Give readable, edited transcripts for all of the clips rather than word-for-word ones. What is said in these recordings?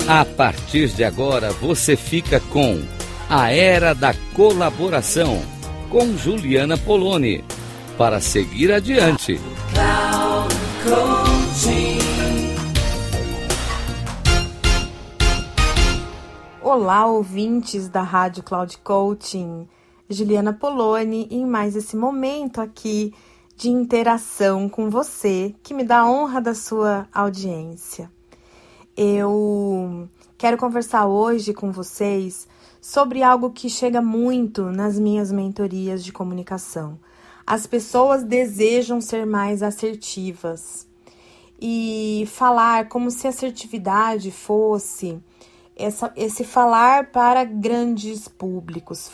A partir de agora você fica com A Era da Colaboração, com Juliana Poloni, para seguir adiante. Olá, ouvintes da Rádio Cloud Coaching. Juliana Poloni em mais esse momento aqui de interação com você, que me dá a honra da sua audiência. Eu quero conversar hoje com vocês sobre algo que chega muito nas minhas mentorias de comunicação. As pessoas desejam ser mais assertivas e falar como se assertividade fosse esse falar para grandes públicos,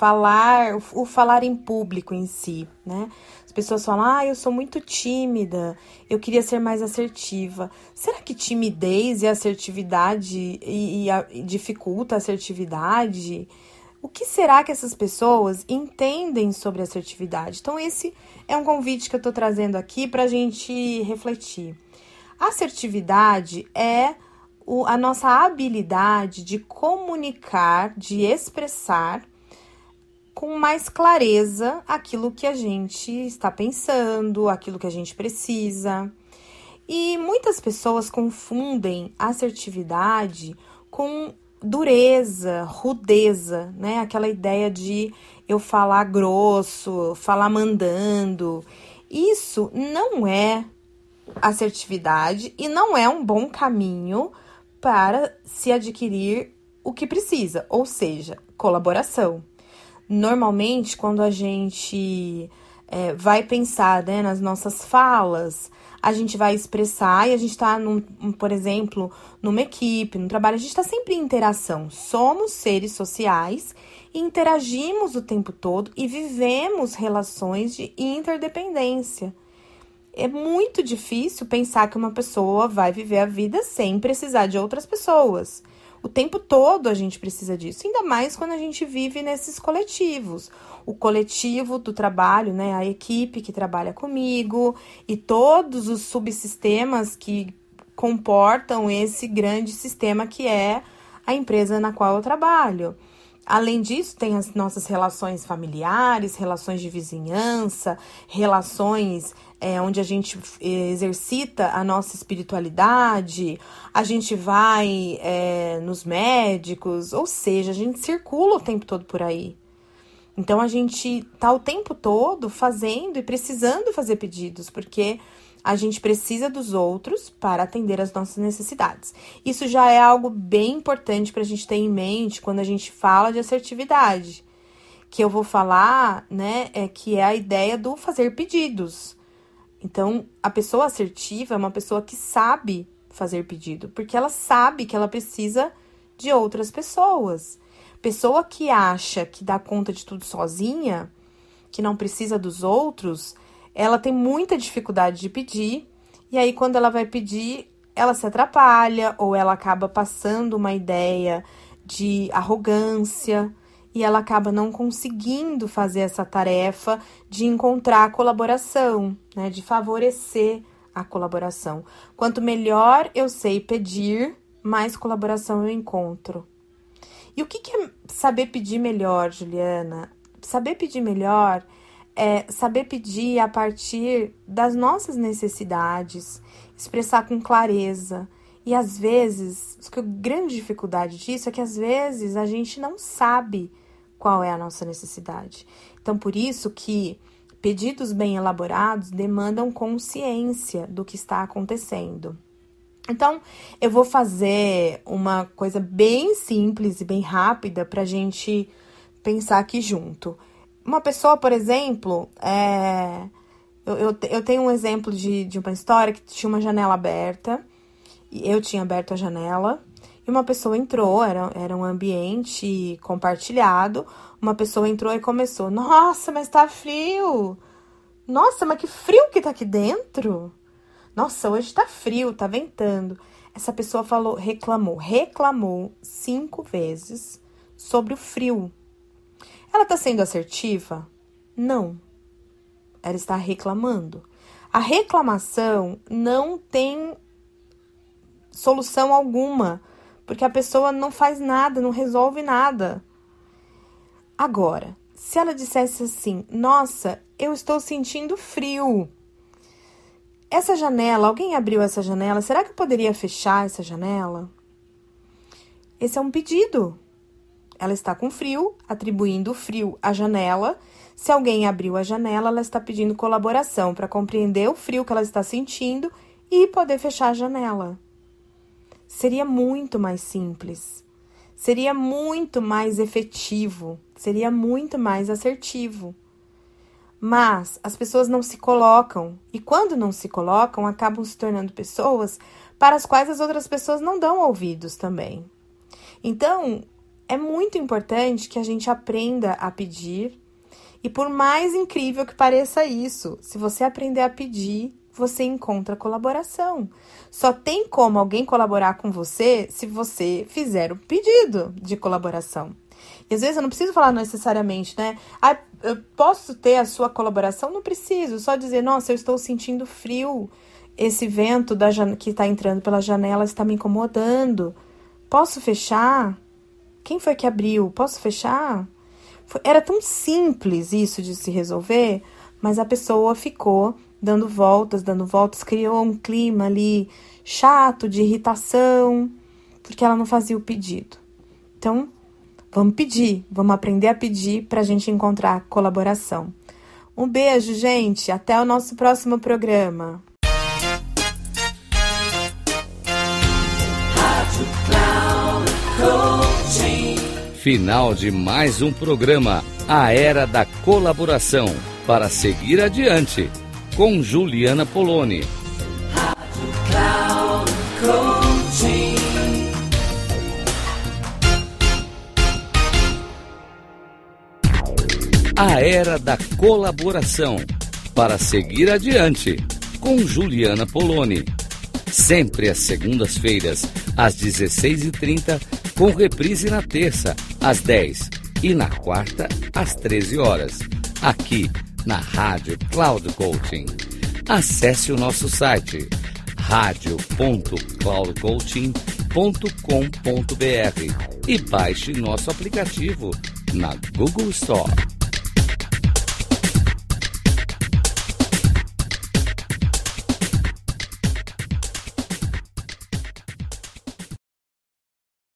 o falar em público em si, né? As pessoas falam, eu sou muito tímida, eu queria ser mais assertiva. Será que timidez e assertividade dificulta a assertividade? O que será que essas pessoas entendem sobre assertividade? Então esse é um convite que eu estou trazendo aqui para a gente refletir. A assertividade é a nossa habilidade de comunicar, de expressar com mais clareza aquilo que a gente está pensando, aquilo que a gente precisa. E muitas pessoas confundem assertividade com dureza, rudeza, né? Aquela ideia de eu falar grosso, falar mandando. Isso não é assertividade e não é um bom caminho para se adquirir o que precisa, ou seja, colaboração. Normalmente, quando a gente vai pensar, né, nas nossas falas, a gente vai expressar e a gente está, por exemplo, numa equipe, no trabalho, a gente está sempre em interação. Somos seres sociais e interagimos o tempo todo e vivemos relações de interdependência. É muito difícil pensar que uma pessoa vai viver a vida sem precisar de outras pessoas. O tempo todo a gente precisa disso, ainda mais quando a gente vive nesses coletivos. O coletivo do trabalho, né, a equipe que trabalha comigo e todos os subsistemas que comportam esse grande sistema que é a empresa na qual eu trabalho. Além disso, tem as nossas relações familiares, relações de vizinhança, relações onde a gente exercita a nossa espiritualidade, a gente vai nos médicos, ou seja, a gente circula o tempo todo por aí. Então, a gente está o tempo todo fazendo e precisando fazer pedidos, porque a gente precisa dos outros para atender as nossas necessidades. Isso já é algo bem importante para a gente ter em mente quando a gente fala de assertividade. Que eu vou falar, né, que é a ideia do fazer pedidos. Então, a pessoa assertiva é uma pessoa que sabe fazer pedido, porque ela sabe que ela precisa de outras pessoas. Pessoa que acha que dá conta de tudo sozinha, que não precisa dos outros, ela tem muita dificuldade de pedir, e aí quando ela vai pedir, ela se atrapalha, ou ela acaba passando uma ideia de arrogância, e ela acaba não conseguindo fazer essa tarefa de encontrar a colaboração, né, de favorecer a colaboração. Quanto melhor eu sei pedir, mais colaboração eu encontro. E o que é saber pedir melhor, Juliana? Saber pedir melhor é saber pedir a partir das nossas necessidades, expressar com clareza. E às vezes, a grande dificuldade disso é que às vezes a gente não sabe qual é a nossa necessidade. Então, por isso que pedidos bem elaborados demandam consciência do que está acontecendo. Então, eu vou fazer uma coisa bem simples e bem rápida para a gente pensar aqui junto. Uma pessoa, por exemplo, eu tenho um exemplo de uma história que tinha uma janela aberta, e eu tinha aberto a janela, e uma pessoa entrou, era um ambiente compartilhado, uma pessoa entrou e começou, nossa, mas tá frio! Nossa, mas que frio que tá aqui dentro! Nossa, hoje tá frio, tá ventando. Essa pessoa reclamou 5 vezes sobre o frio. Ela tá sendo assertiva? Não. Ela está reclamando. A reclamação não tem solução alguma porque a pessoa não faz nada, não resolve nada. Agora, se ela dissesse assim, nossa, eu estou sentindo frio. Essa janela, alguém abriu essa janela, será que eu poderia fechar essa janela? Esse é um pedido. Ela está com frio, atribuindo o frio à janela. Se alguém abriu a janela, ela está pedindo colaboração para compreender o frio que ela está sentindo e poder fechar a janela. Seria muito mais simples, seria muito mais efetivo, seria muito mais assertivo. Mas as pessoas não se colocam, e quando não se colocam, acabam se tornando pessoas para as quais as outras pessoas não dão ouvidos também. Então, é muito importante que a gente aprenda a pedir, e por mais incrível que pareça isso, se você aprender a pedir, você encontra colaboração. Só tem como alguém colaborar com você se você fizer o pedido de colaboração. E às vezes eu não preciso falar necessariamente, né? Eu posso ter a sua colaboração? Não preciso, só dizer, nossa, eu estou sentindo frio, esse vento que está entrando pela janela está me incomodando. Posso fechar? Quem foi que abriu? Posso fechar? Era tão simples isso de se resolver, mas a pessoa ficou dando voltas, criou um clima ali chato, de irritação, porque ela não fazia o pedido. Então, vamos pedir, vamos aprender a pedir para a gente encontrar colaboração. Um beijo, gente, até o nosso próximo programa. Final de mais um programa, A Era da Colaboração, para seguir adiante, com Juliana Poloni. Rádio Cloud Coaching. A Era da Colaboração, para seguir adiante, com Juliana Poloni. Sempre às segundas-feiras, às 16h30, com reprise na terça, às 10h, e na quarta, às 13 horas, aqui na Rádio Cloud Coaching. Acesse o nosso site radio.cloudcoaching.com.br e baixe nosso aplicativo na Google Store.